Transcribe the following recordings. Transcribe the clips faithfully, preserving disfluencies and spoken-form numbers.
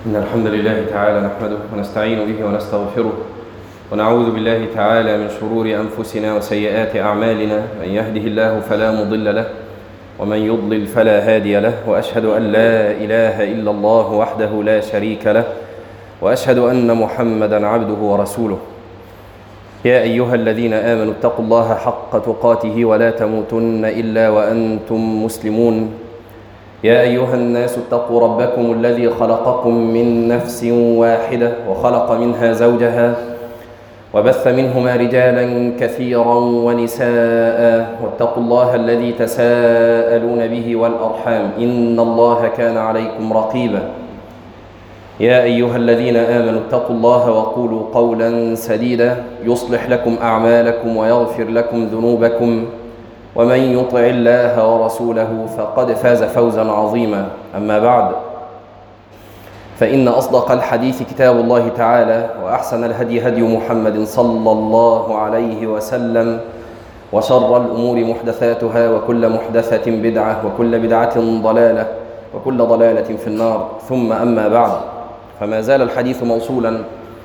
إن الحمد لله تعالى نحمده ونستعين به ونستغفره ونعوذ بالله تعالى من شرور أنفسنا وسيئات أعمالنا. من يهده الله فلا مضل له ومن يضلل فلا هادي له، وأشهد أن لا إله إلا الله وحده لا شريك له، وأشهد أن محمدًا عبده ورسوله. يا أيها الذين آمنوا اتقوا الله حق تقاته ولا تموتن إلا وأنتم مسلمون. يا أيها الناس اتقوا ربكم الذي خلقكم من نفس واحدة وخلق منها زوجها وبث منهما رجالا كثيرا ونساء، واتقوا الله الذي تساءلون به والأرحام إن الله كان عليكم رقيبا. يا أيها الذين آمنوا اتقوا الله وقولوا قولا سديدا يصلح لكم أعمالكم ويغفر لكم ذنوبكم، ومن يطع الله ورسوله فقد فاز فوزا عظيما. أما بعد، فإن أصدق الحديث كتاب الله تعالى، وأحسن الهدي هدي محمد صلى الله عليه وسلم، وشر الأمور محدثاتها، وكل محدثة بدعة، وكل بدعة ضلالة، وكل ضلالة في النار. ثم أما بعد، فما زال الحديث موصولا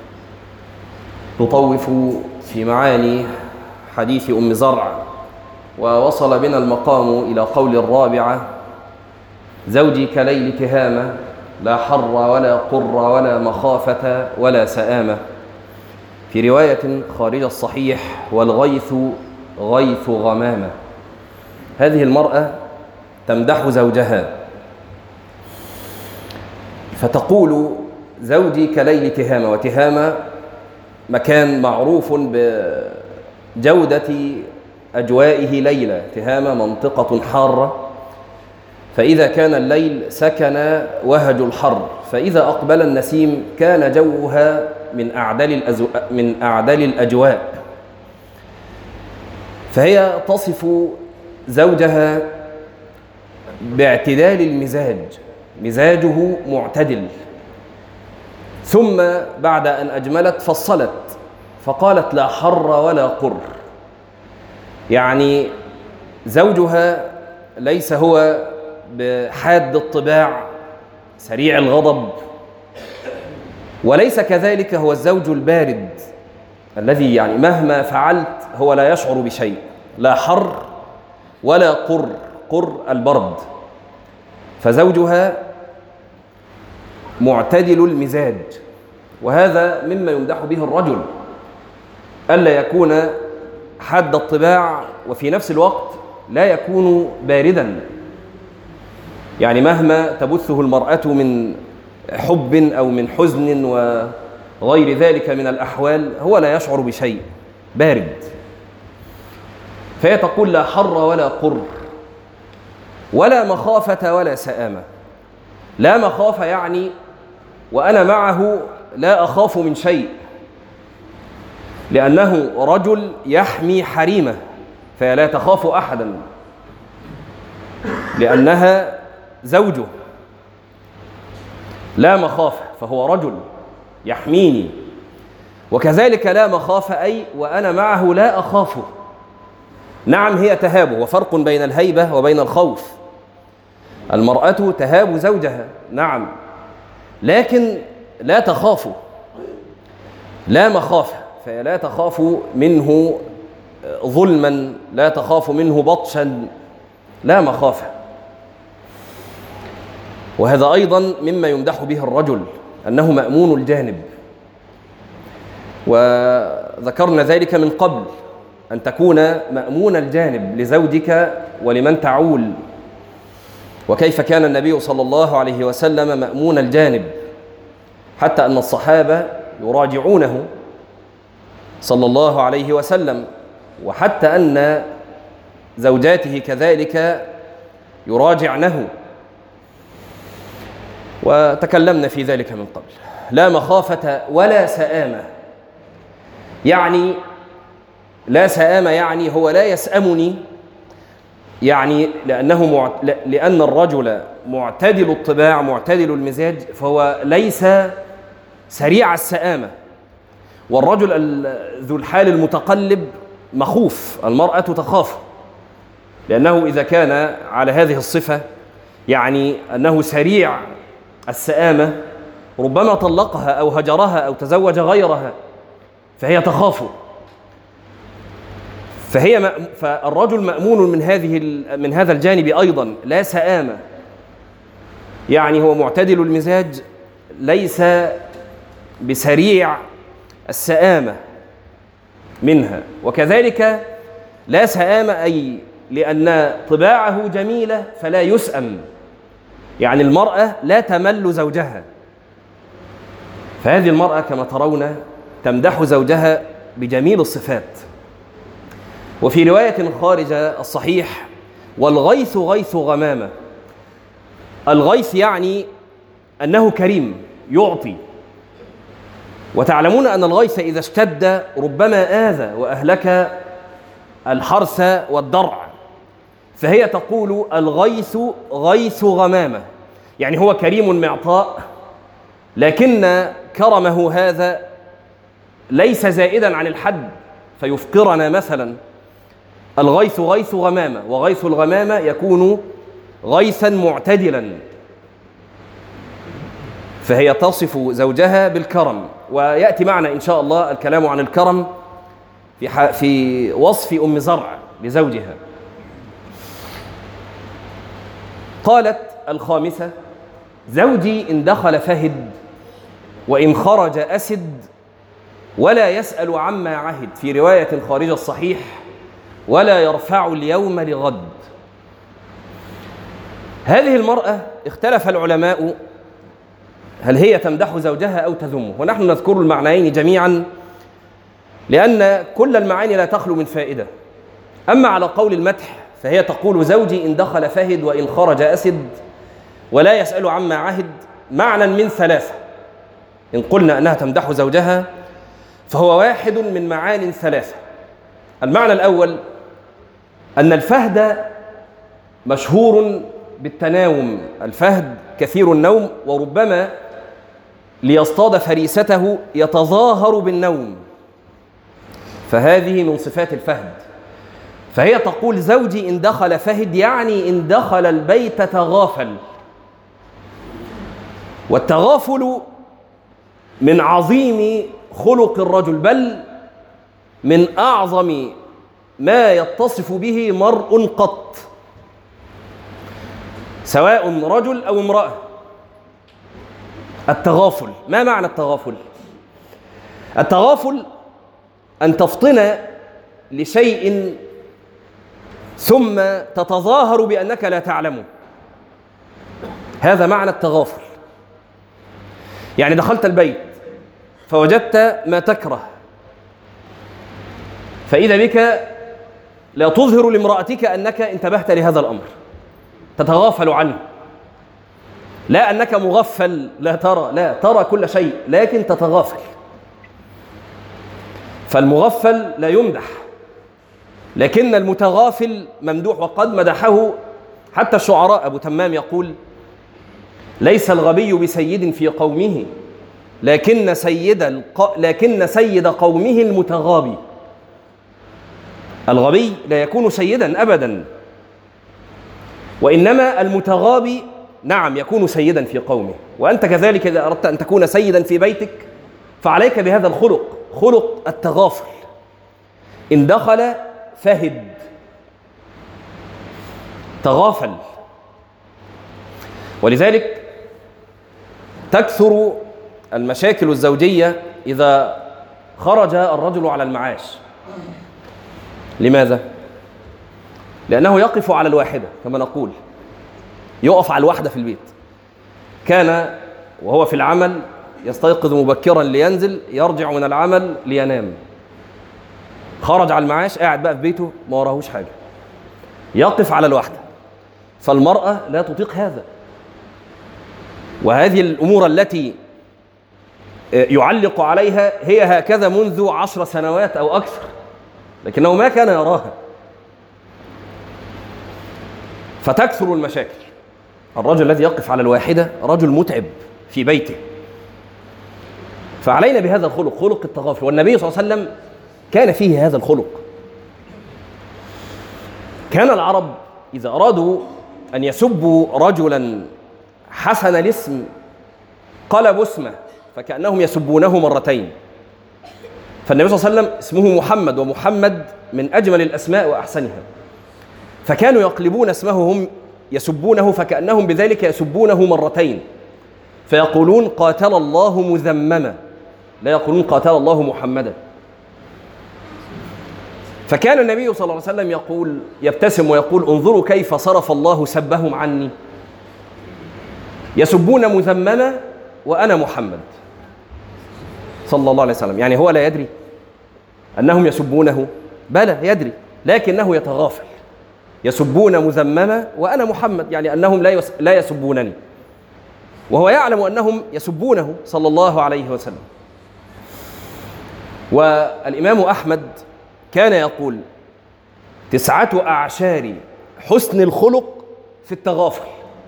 نطوف في معاني حديث أم زرع، ووصل بنا المقام إلى قول الرابعة: زوجي كليل تهامة، لا حر ولا قر ولا مخافة ولا سآمة. في رواية خارج الصحيح: والغيث غيث غمامة. هذه المرأة تمدح زوجها فتقول: زوجي كليل تهامة. وتهامة مكان معروف بجودة أجوائه ليلة. تهامة منطقة حارة، فإذا كان الليل سكن وهج الحر، فإذا أقبل النسيم كان جوها من أعدل الأزو... من أعدل الأجواء. فهي تصف زوجها باعتدال المزاج، مزاجه معتدل. ثم بعد أن أجملت فصلت فقالت: لا حر ولا قر. يعني زوجها ليس هو بحاد الطباع سريع الغضب، وليس كذلك هو الزوج البارد الذي يعني مهما فعلت هو لا يشعر بشيء. لا حر ولا قر، قر البرد. فزوجها معتدل المزاج، وهذا مما يمدح به الرجل، ألا يكون حاد الطباع وفي نفس الوقت لا يكون بارداً. يعني مهما تبثه المرأة من حب أو من حزن وغير ذلك من الأحوال هو لا يشعر بشيء، بارد. فهي تقول: لا حر ولا قر ولا مخافة ولا سآمة. لا مخافة يعني وأنا معه لا أخاف من شيء، لأنه رجل يحمي حريمه، فلا تخاف أحدا لأنها زوجه. لا مخافة، فهو رجل يحميني. وكذلك لا مخافة أي وأنا معه لا أخافه. نعم، هي تهابه، وفرق بين الهيبة وبين الخوف. المرأة تهاب زوجها، نعم، لكن لا تخافه. لا مخافة، فلا تخاف منه ظلما، لا تخاف منه بطشا، لا مخافة. وهذا أيضا مما يمدح به الرجل، أنه مأمون الجانب. وذكرنا ذلك من قبل، أن تكون مأمون الجانب لزوجك ولمن تعول. وكيف كان النبي صلى الله عليه وسلم مأمون الجانب، حتى أن الصحابة يراجعونه صلى الله عليه وسلم، وحتى أن زوجاته كذلك يراجعنه، وتكلمنا في ذلك من قبل. لا مخافة ولا سآمة، يعني لا سآمة يعني هو لا يسأمني، يعني لأنه مع... لأن الرجل معتدل الطباع معتدل المزاج، فهو ليس سريع السآمة. والرجل ذو الحال المتقلب مخوف، المرأة تخاف، لأنه إذا كان على هذه الصفة يعني أنه سريع السآمة ربما طلقها أو هجرها أو تزوج غيرها، فهي تخاف. فهي فالرجل مأمون من هذه من هذا الجانب أيضا، لا سآمة، يعني هو معتدل المزاج، ليس بسريع السآمة منها. وكذلك لا سآمة أي لأن طباعه جميلة فلا يسأم، يعني المرأة لا تمل زوجها، فهذه المرأة كما ترون تمدح زوجها بجميل الصفات. وفي رواية خارج الصحيح: والغيث غيث غمامة. الغيث يعني أنه كريم يعطي، وتعلمون أن الغيث إذا اشتد ربما آذى وأهلك الحرث والضرع، فهي تقول الغيث غيث غمامة، يعني هو كريم معطاء، لكن كرمه هذا ليس زائدا عن الحد فيفقرنا مثلا. الغيث غيث غمامة، وغيث الغمامة يكون غيثا معتدلا، فهي تصف زوجها بالكرم. ويأتي معنا إن شاء الله الكلام عن الكرم في في وصف أم زرع لزوجها. قالت الخامسة: زوجي إن دخل فهد وإن خرج أسد ولا يسأل عما عهد، في رواية خارج الصحيح: ولا يرفع اليوم لغد. هذه المرأة اختلف العلماء هل هي تمدح زوجها أو تذمه، ونحن نذكر المعنيين جميعا لأن كل المعاني لا تخلو من فائدة. أما على قول المدح فهي تقول زوجي إن دخل فهد وإن خرج أسد ولا يسأل عما عهد، معنى من ثلاثة. إن قلنا أنها تمدح زوجها فهو واحد من معان ثلاثة. المعنى الأول أن الفهد مشهور بالتناوم، الفهد كثير النوم، وربما ليصطاد فريسته يتظاهر بالنوم، فهذه من صفات الفهد. فهي تقول زوجي إن دخل فهد، يعني إن دخل البيت تغافل. والتغافل من عظيم خلق الرجل، بل من أعظم ما يتصف به مرء قط، سواء رجل أو امرأة. التغافل، ما معنى التغافل؟ التغافل أن تفطن لشيء ثم تتظاهر بأنك لا تعلمه، هذا معنى التغافل. يعني دخلت البيت فوجدت ما تكره، فإذا بك لا تظهر لامرأتك أنك انتبهت لهذا الأمر، تتغافل عنه، لا أنك مغفل لا ترى، لا ترى كل شيء لكن تتغافل. فالمغفل لا يمدح، لكن المتغافل ممدوح، وقد مدحه حتى الشعراء. أبو تمام يقول: ليس الغبي بسيد في قومه لكن سيد الق... لكن سيد قومه المتغابي. الغبي لا يكون سيدا أبدا، وإنما المتغابي نعم يكون سيدا في قومه. وأنت كذلك إذا أردت أن تكون سيدا في بيتك فعليك بهذا الخلق، خلق التغافل. إن دخل فهد، تغافل. ولذلك تكثر المشاكل الزوجية إذا خرج الرجل على المعاش. لماذا؟ لأنه يقف على الواحدة، كما نقول يقف على الواحدة في البيت. كان وهو في العمل يستيقظ مبكرا لينزل، يرجع من العمل لينام. خرج على المعاش، قاعد بقى في بيته ما وراهوش حاجة، يقف على الواحدة. فالمرأة لا تطيق هذا. وهذه الأمور التي يعلق عليها هي هكذا منذ عشر سنوات أو أكثر، لكنه ما كان يراها. فتكثر المشاكل. الرجل الذي يقف على الواحدة رجل متعب في بيته. فعلينا بهذا الخلق، خلق التغافل. والنبي صلى الله عليه وسلم كان فيه هذا الخلق. كان العرب إذا أرادوا أن يسبوا رجلا حسن الاسم انقلبوا اسمه فكأنهم يسبونه مرتين. فالنبي صلى الله عليه وسلم اسمه محمد، ومحمد من أجمل الأسماء وأحسنها، فكانوا يقلبون اسمه هم يسبونه فكأنهم بذلك يسبونه مرتين، فيقولون قاتل الله مذمما، لا يقولون قاتل الله محمدا. فكان النبي صلى الله عليه وسلم يقول يبتسم ويقول انظروا كيف صرف الله سبهم عني، يسبون مذمما وأنا محمد صلى الله عليه وسلم. يعني هو لا يدري أنهم يسبونه؟ بلى يدري، لكنه يتغافل. يسبون مذمما وأنا محمد، يعني أنهم لا لا يسبونني، وهو يعلم أنهم يسبونه صلى الله عليه وسلم. والإمام أحمد كان يقول تسعة أعشار حسن الخلق في التغافل،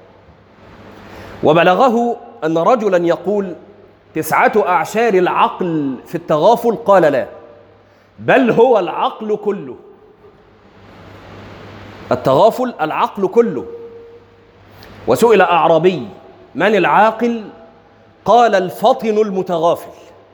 وبلغه أن رجلا يقول تسعة أعشار العقل في التغافل، قال لا، بل هو العقل كله. التغافل العقل كله. وسئل أعرابي من العاقل؟ قال الفطن المتغافل،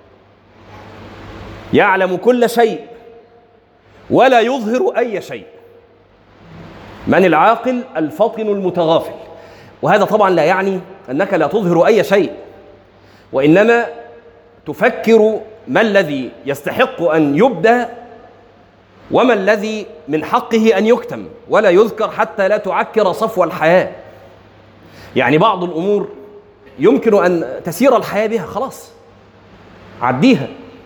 يعلم كل شيء ولا يظهر أي شيء. من العاقل؟ الفطن المتغافل. وهذا طبعا لا يعني أنك لا تظهر أي شيء، وإنما تفكر ما الذي يستحق أن يبدى وما الذي من حقه أن يكتم ولا يذكر، حتى لا تعكر صفو الحياة. يعني بعض الأمور يمكن أن تسير الحياة بها، خلاص عديها،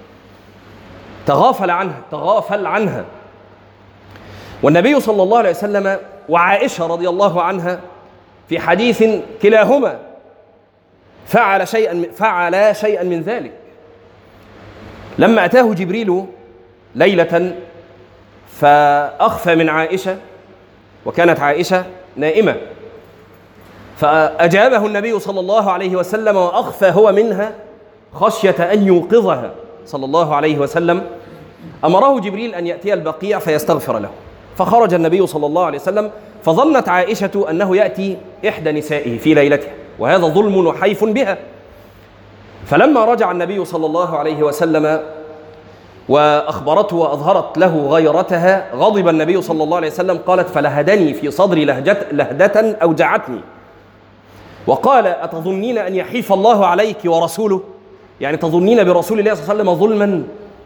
تغافل عنها تغافل عنها. والنبي صلى الله عليه وسلم وعائشة رضي الله عنها في حديث كلاهما فعل شيئا فعل شيئا من ذلك. لما أتاه جبريل ليلة فأخفى من عائشة، وكانت عائشة نائمة، فأجابه النبي صلى الله عليه وسلم وأخفى هو منها خشية أن يوقظها صلى الله عليه وسلم. أمره جبريل أن يأتي البقيع فيستغفر له، فخرج النبي صلى الله عليه وسلم، فظنت عائشة أنه يأتي إحدى نسائه في ليلتها، وهذا ظلم وحيف بها. فلما رجع النبي صلى الله عليه وسلم وأخبرته وأظهرت له غيرتها، غضب النبي صلى الله عليه وسلم. قالت فلهدني في صدري لهجة لهدة أوجعتني، وقال أتظنين أن يحيف الله عليك ورسوله؟ يعني تظنين برسول الله صلى الله عليه وسلم ظلما؟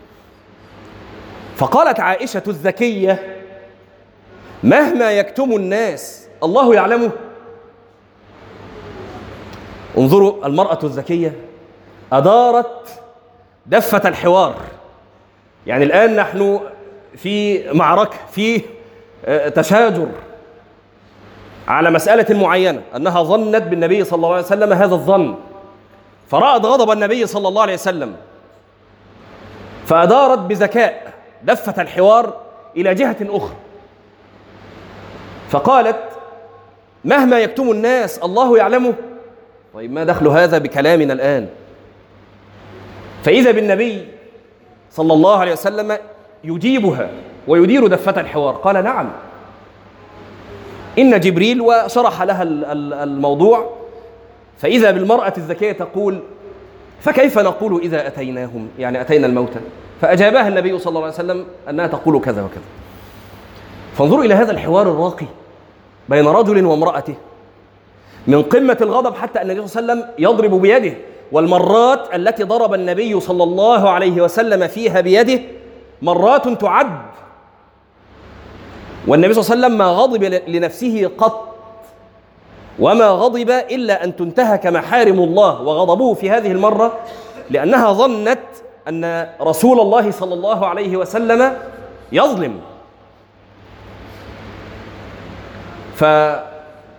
فقالت عائشة الذكية مهما يكتم الناس الله يعلمه. انظروا المرأة الذكية أدارت دفة الحوار. يعني الآن نحن في معركة، في تشاجر على مسألة معينة، أنها ظنت بالنبي صلى الله عليه وسلم هذا الظن، فرأت غضب النبي صلى الله عليه وسلم، فأدارت بذكاء دفة الحوار إلى جهة أخرى، فقالت مهما يكتم الناس الله يعلمه. طيب ما دخل هذا بكلامنا الآن؟ فإذا بالنبي صلى الله عليه وسلم يجيبها ويدير دفة الحوار. قال نعم إن جبريل، وشرح لها الموضوع. فإذا بالمرأة الذكية تقول فكيف نقول إذا أتيناهم، يعني أتينا الموتى؟ فأجابها النبي صلى الله عليه وسلم أنها تقول كذا وكذا. فانظروا إلى هذا الحوار الراقي بين رجل وامرأته، من قمة الغضب حتى أن النبي صلى الله عليه وسلم يضرب بيده. والمرات التي ضرب النبي صلى الله عليه وسلم فيها بيده مرات تعد، والنبي صلى الله عليه وسلم ما غضب لنفسه قط، وما غضب إلا أن تنتهك محارم الله. وغضبه في هذه المرة لأنها ظنت أن رسول الله صلى الله عليه وسلم يظلم. فحوار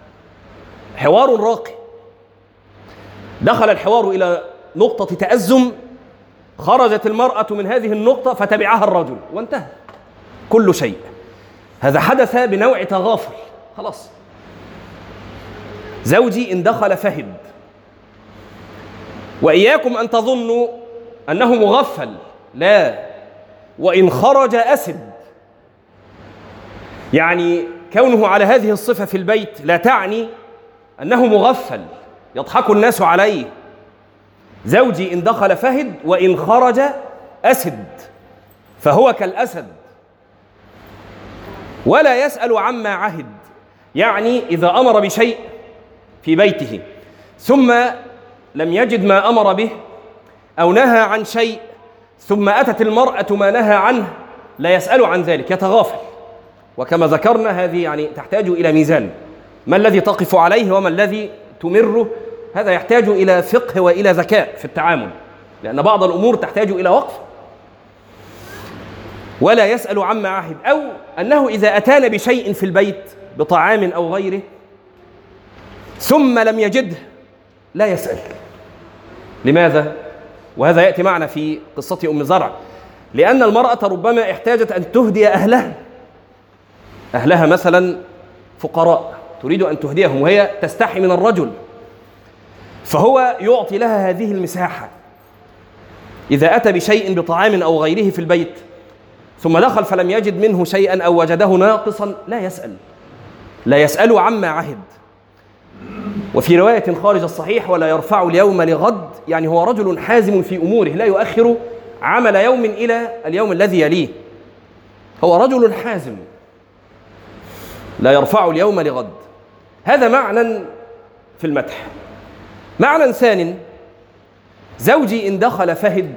راقي، دخل الحوار إلى نقطة تأزم، خرجت المرأة من هذه النقطة فتبعها الرجل، وانتهى كل شيء. هذا حدث بنوع تغافل، خلاص. زوجي إن دخل فهد، وإياكم أن تظنوا أنه مغفل، لا، وإن خرج أسد. يعني كونه على هذه الصفة في البيت لا تعني أنه مغفل يضحك الناس عليه. زوجي إن دخل فهد وإن خرج أسد، فهو كالأسد ولا يسأل عما عهد. يعني إذا أمر بشيء في بيته ثم لم يجد ما أمر به أو نهى عن شيء ثم أتت المرأة ما نهى عنه لا يسأل عن ذلك، يتغافل. وكما ذكرنا هذه يعني تحتاج إلى ميزان، ما الذي تقف عليه وما الذي تمره. هذا يحتاج إلى فقه وإلى ذكاء في التعامل، لأن بعض الأمور تحتاج إلى وقف. ولا يسأل عما عهد، أو أنه إذا أتانا بشيء في البيت بطعام أو غيره ثم لم يجده لا يسأل. لماذا؟ وهذا يأتي معنا في قصة أم زرع. لأن المرأة ربما احتاجت أن تهدي أهلها أهلها مثلا فقراء تريد أن تهديهم وهي تستحي من الرجل، فهو يعطي لها هذه المساحة. إذا أتى بشيء بطعام أو غيره في البيت ثم دخل فلم يجد منه شيئا أو وجده ناقصا لا يسأل لا يسأل عما عهد. وفي رواية خارج الصحيح: ولا يرفع اليوم لغد، يعني هو رجل حازم في أموره لا يؤخر عمل يوم إلى اليوم الذي يليه، هو رجل حازم لا يرفع اليوم لغد. هذا معنى في المدح. معنى ثاني: زوجي إن دخل فهد.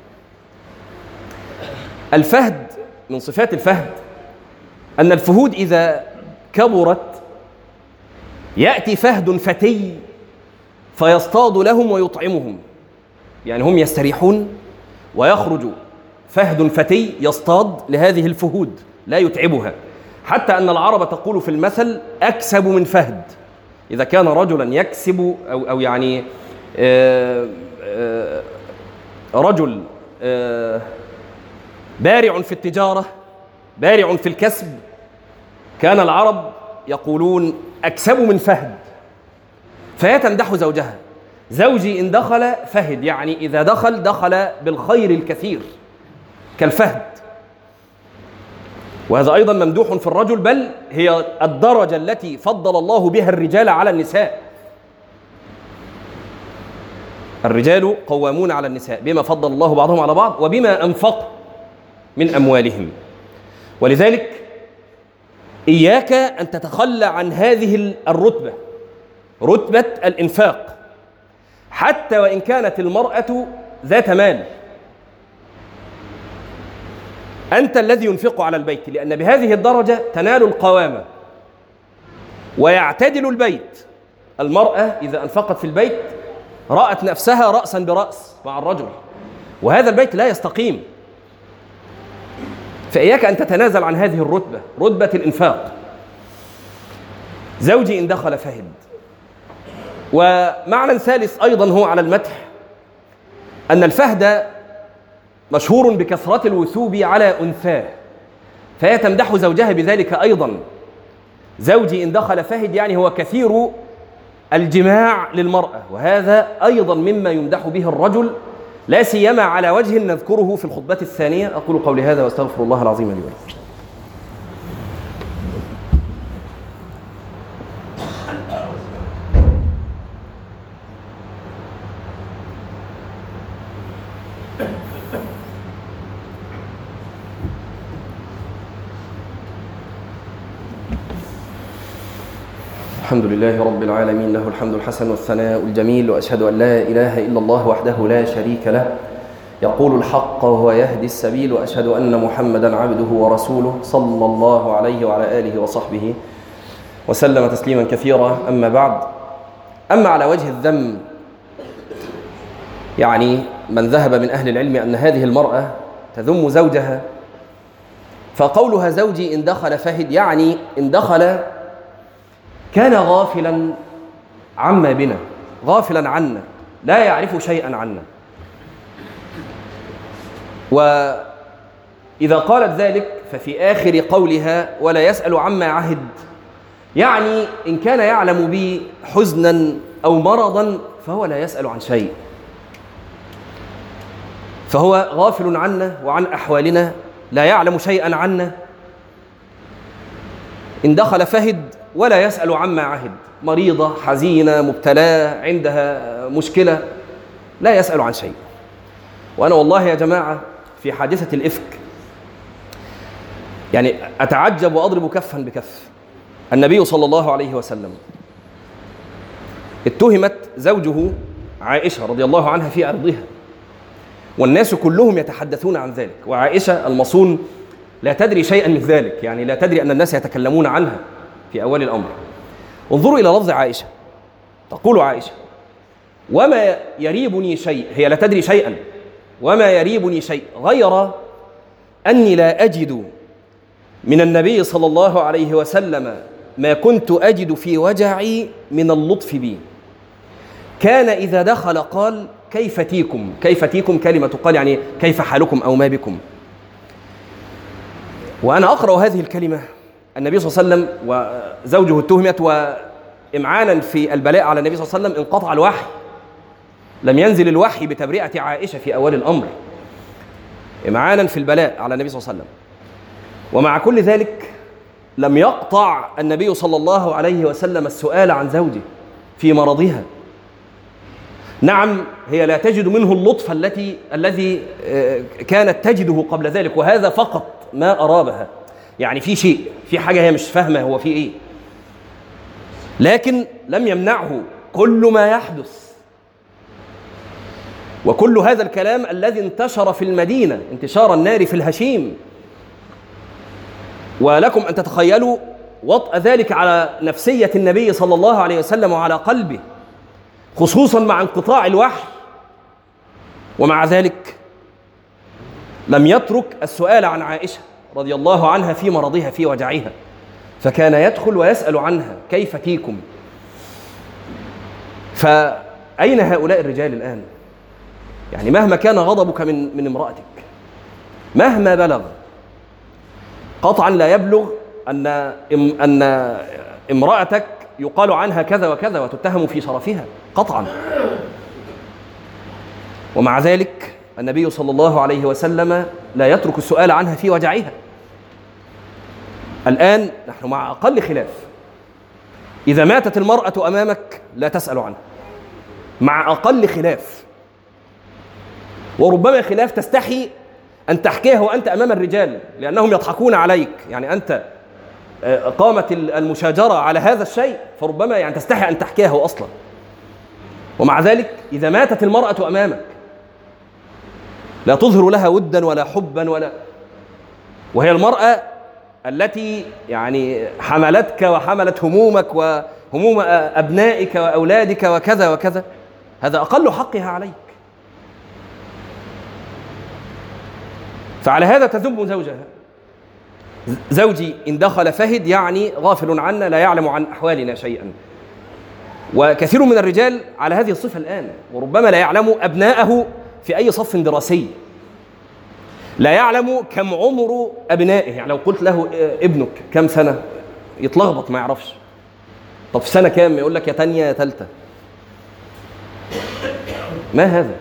الفهد من صفات الفهد أن الفهود إذا كبرت يأتي فهد فتي فيصطاد لهم ويطعمهم، يعني هم يستريحون ويخرج فهد فتي يصطاد لهذه الفهود لا يتعبها، حتى أن العرب تقول في المثل: أكسب من فهد. إذا كان رجلا يكسب أو, أو يعني آآ آآ رجل آآ بارع في التجارة بارع في الكسب، كان العرب يقولون: أكسب من فهد. فهي تمدح زوجها: زوجي إن دخل فهد، يعني إذا دخل دخل بالخير الكثير كالفهد. وهذا أيضا ممدوح في الرجل، بل هي الدرجة التي فضل الله بها الرجال على النساء. الرجال قوامون على النساء بما فضل الله بعضهم على بعض وبما أنفقوا من أموالهم. ولذلك إياك أن تتخلى عن هذه الرتبة، رتبة الإنفاق، حتى وإن كانت المرأة ذات مال. أنت الذي ينفق على البيت، لأن بهذه الدرجة تنال القوامة ويعتدل البيت. المرأة إذا أنفقت في البيت رأت نفسها رأسا برأس مع الرجل، وهذا البيت لا يستقيم. فإياك أن تتنازل عن هذه الرتبة، رتبة الإنفاق. زوجي إن دخل فهد. ومعنى ثالث أيضا هو على المدح، أن الفهد مشهور بكثرة الوثوب على أنثاه، فهي تمدح زوجها بذلك أيضا. زوجي إن دخل فهد يعني هو كثير الجماع للمرأة، وهذا أيضا مما يمدح به الرجل، لا سيما على وجه نذكره في الخطبة الثانية. أقول قولي هذا وأستغفر الله العظيم لي ولكم. الحمد لله رب العالمين، له الحمد الحسن والثناء الجميل، وأشهد أن لا إله إلا الله وحده لا شريك له، يقول الحق وهو يهدي السبيل، وأشهد أن محمدا عبده ورسوله صلى الله عليه وعلى آله وصحبه وسلم تسليما كثيرا. أما بعد، أما على وجه الذم، يعني من ذهب من أهل العلم أن هذه المرأة تذم زوجها، فقولها زوجي إن دخل فهد يعني إن دخل كان غافلا عما بنا، غافلا عنا، لا يعرف شيئا عنا. وإذا قالت ذلك ففي آخر قولها ولا يسأل عما عهد، يعني إن كان يعلم بي حزنا أو مرضا فهو لا يسأل عن شيء، فهو غافل عنا وعن أحوالنا، لا يعلم شيئا عنا. إن دخل فهد ولا يسأل عما عهد، مريضة حزينة مبتلاة عندها مشكلة، لا يسأل عن شيء. وأنا والله يا جماعة في حادثة الإفك يعني أتعجب وأضرب كفا بكف. النبي صلى الله عليه وسلم اتهمت زوجه عائشة رضي الله عنها في عرضها، والناس كلهم يتحدثون عن ذلك، وعائشة المصون لا تدري شيئا من ذلك، يعني لا تدري أن الناس يتكلمون عنها في أول الأمر. انظروا إلى لفظ عائشة، تقول عائشة: وما يريبني شيء، هي لا تدري شيئا، وما يريبني شيء غير أني لا أجد من النبي صلى الله عليه وسلم ما كنت أجد في وجعي من اللطف بي. كان إذا دخل قال: كيف تيكم؟ كيف تيكم كلمة تقال يعني كيف حالكم أو ما بكم. وأنا أقرأ هذه الكلمة، النبي صلى الله عليه وسلم وزوجه اتهمت، وإمعانا في البلاء على النبي صلى الله عليه وسلم انقطع الوحي، لم ينزل الوحي بتبرئة عائشة في أول الأمر، إمعانا في البلاء على النبي صلى الله عليه وسلم. ومع كل ذلك لم يقطع النبي صلى الله عليه وسلم السؤال عن زوجه في مرضها. نعم، هي لا تجد منه اللطف التي الذي كانت تجده قبل ذلك، وهذا فقط ما أرابها، يعني في شيء، في حاجة هي مش فاهمة هو في إيه، لكن لم يمنعه كل ما يحدث وكل هذا الكلام الذي انتشر في المدينة انتشار النار في الهشيم. ولكم أن تتخيلوا وطأ ذلك على نفسية النبي صلى الله عليه وسلم وعلى قلبه، خصوصا مع انقطاع الوحي، ومع ذلك لم يترك السؤال عن عائشة رضي الله عنها في مرضها في وجعها، فكان يدخل ويسأل عنها: كيف تيكم؟ فأين هؤلاء الرجال الآن؟ يعني مهما كان غضبك من من امرأتك، مهما بلغ، قطعا لا يبلغ أن أن امرأتك يقال عنها كذا وكذا وتتهم في شرفها قطعا. ومع ذلك النبي صلى الله عليه وسلم لا يترك السؤال عنها في وجعها. الآن نحن مع أقل خلاف، إذا ماتت المرأة أمامك لا تسأل عنها، مع أقل خلاف، وربما خلاف تستحي أن تحكيه وأنت أمام الرجال لأنهم يضحكون عليك، يعني أنت قامت المشاجرة على هذا الشيء فربما يعني تستحي أن تحكيه أصلا. ومع ذلك إذا ماتت المرأة أمامك لا تظهر لها ودا ولا حبا ولا، وهي المرأة التي يعني حملتك وحملت همومك وهموم أبنائك وأولادك وكذا وكذا، هذا أقل حقها عليك. فعلى هذا تذم زوجها: زوجي إن دخل فهد، يعني غافل عنا لا يعلم عن أحوالنا شيئا. وكثير من الرجال على هذه الصفة الآن، وربما لا يعلم أبناءه في أي صف دراسي، لا يعلم كم عمر أبنائه، يعني لو قلت له ابنك كم سنة يتلخبط ما يعرفش. طب في سنة كام؟ يقول لك يا تانية يا تالتة. ما هذا؟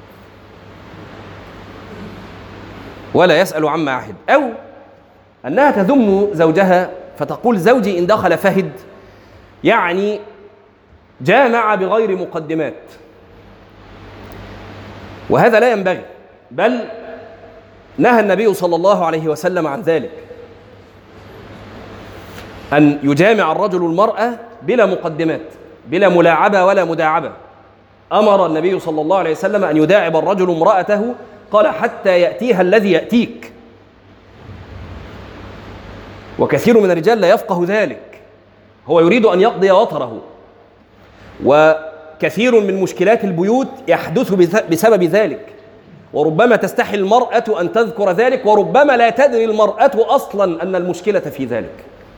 ولا يسأل عما عهد. أو أنها تذم زوجها فتقول: زوجي إن دخل فهد، يعني جامع بغير مقدمات، وهذا لا ينبغي، بل نهى النبي صلى الله عليه وسلم عن ذلك، أن يجامع الرجل المرأة بلا مقدمات، بلا ملاعبة ولا مداعبة. أمر النبي صلى الله عليه وسلم أن يداعب الرجل امرأته، قال: حتى يأتيها الذي يأتيك. وكثير من الرجال لا يفقه ذلك، هو يريد أن يقضي وطره، وكثير من مشكلات البيوت يحدث بسبب ذلك، وربما تستحي المرأة أن تذكر ذلك، وربما لا تدري المرأة أصلا أن المشكلة في ذلك.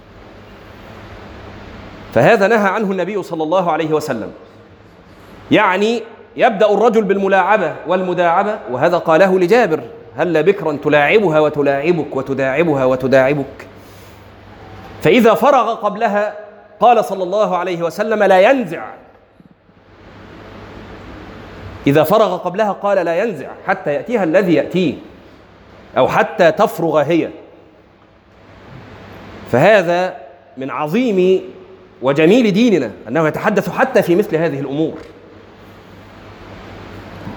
فهذا نهى عنه النبي صلى الله عليه وسلم. يعني يبدأ الرجل بالملاعبة والمداعبة، وهذا قاله لجابر: هل بكرا تلاعبها وتلاعبك وتداعبها وتداعبك. فإذا فرغ قبلها قال صلى الله عليه وسلم: لا ينزع. إذا فرغ قبلها قال: لا ينزع حتى يأتيها الذي يأتيه، أو حتى تفرغ هي. فهذا من عظيم وجميل ديننا أنه يتحدث حتى في مثل هذه الأمور.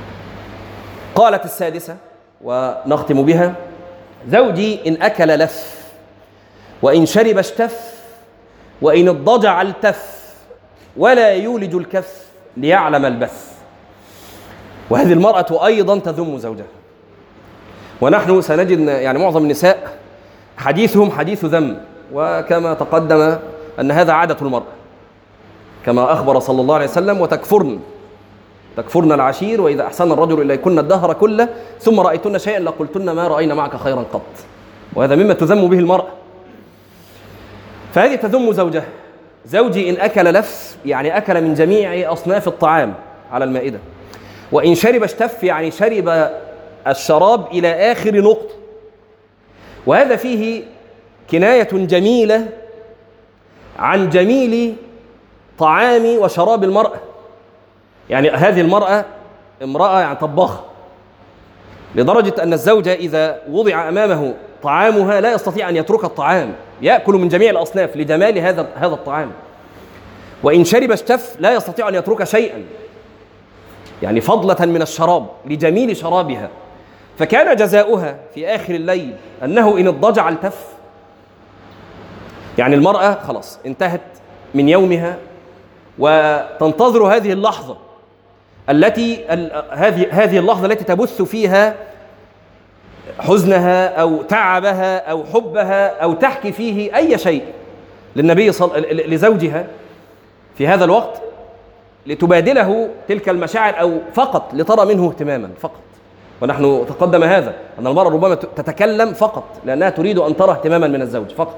قالت السادسة ونختم بها: زوجي إن أكل لف، وإن شرب اشتف، وإن اضطجع التف، ولا يولج الكف ليعلم البث. وهذه المرأة أيضا تذم زوجها. ونحن سنجد يعني معظم النساء حديثهم حديث ذم، وكما تقدم أن هذا عادة المرأة كما أخبر صلى الله عليه وسلم: وتكفرن تكفرن العشير، وإذا أحسن الرجل إليكن الدهر كله ثم رأيتن شيئا لقلتن ما رأينا معك خيرا قط. وهذا مما تذم به المرأة. فهذه تذم زوجها: زوجي إن أكل لف، يعني أكل من جميع أصناف الطعام على المائدة، وإن شرب اشتف، يعني شرب الشراب إلى آخر نقطة. وهذا فيه كناية جميلة عن جميل طعام وشراب المرأة. يعني هذه المرأة امرأة يعني طباخة، لدرجة أن الزوجة إذا وضع أمامه طعامها لا يستطيع أن يترك الطعام، يأكل من جميع الأصناف لجمال هذا هذا الطعام. وإن شرب اشتف، لا يستطيع أن يترك شيئا، يعني فضلة من الشراب لجميل شرابها. فكان جزاؤها في آخر الليل أنه إن اضطجع التف، يعني المرأة خلاص انتهت من يومها وتنتظر هذه اللحظة التي هذه هذه اللحظة التي تبث فيها حزنها أو تعبها أو حبها أو تحكي فيه أي شيء للنبي صل... لزوجها في هذا الوقت، لتبادله تلك المشاعر أو فقط لترى منه اهتماما فقط. ونحن تقدم هذا أن المرأة ربما تتكلم فقط لأنها تريد أن ترى اهتماما من الزوج فقط.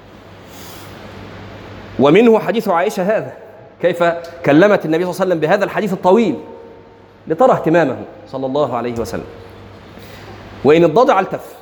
ومنه حديث عائشة هذا، كيف كلمت النبي صلى الله عليه وسلم بهذا الحديث الطويل لترى اهتمامه صلى الله عليه وسلم. وإن اضطجع التف،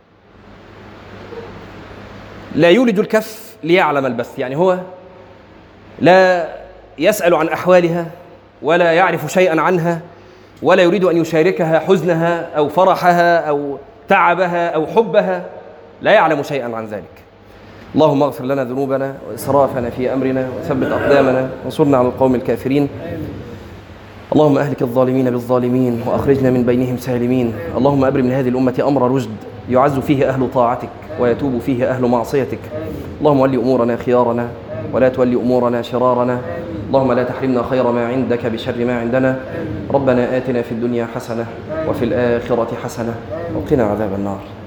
لا يولج الكف ليعلم البث، يعني هو لا يسأل عن أحوالها ولا يعرف شيئا عنها ولا يريد أن يشاركها حزنها أو فرحها أو تعبها أو حبها، لا يعلم شيئا عن ذلك. اللهم اغفر لنا ذنوبنا وإسرافنا في أمرنا وثبت أقدامنا وانصرنا على القوم الكافرين. اللهم أهلك الظالمين بالظالمين وأخرجنا من بينهم سالمين. اللهم أبرم من هذه الأمة أمر رشد يعز فيه أهل طاعتك ويتوب فيه أهل معصيتك. اللهم ولي أمورنا خيارنا ولا تولي أمورنا شرارنا. اللهم لا تحرمنا خير ما عندك بشر ما عندنا. ربنا آتنا في الدنيا حسنة وفي الآخرة حسنة وقنا عذاب النار.